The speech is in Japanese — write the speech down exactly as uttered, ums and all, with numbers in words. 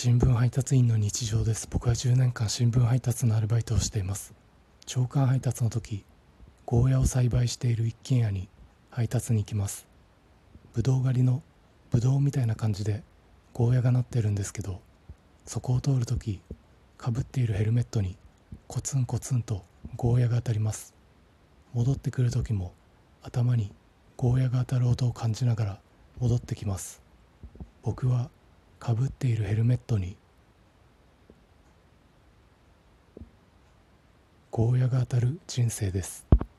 新聞配達員の日常です。僕はじゅうねんかん新聞配達のアルバイトをしています。朝刊配達の時、ゴーヤを栽培している一軒家に配達に行きます。ぶどう狩りのぶどうみたいな感じでゴーヤがなってるんですけど、そこを通る時、かぶっているヘルメットにコツンコツンとゴーヤが当たります。戻ってくる時も頭にゴーヤが当たる音を感じながら戻ってきます。僕はかぶっているヘルメットにゴーヤが当たる人生です。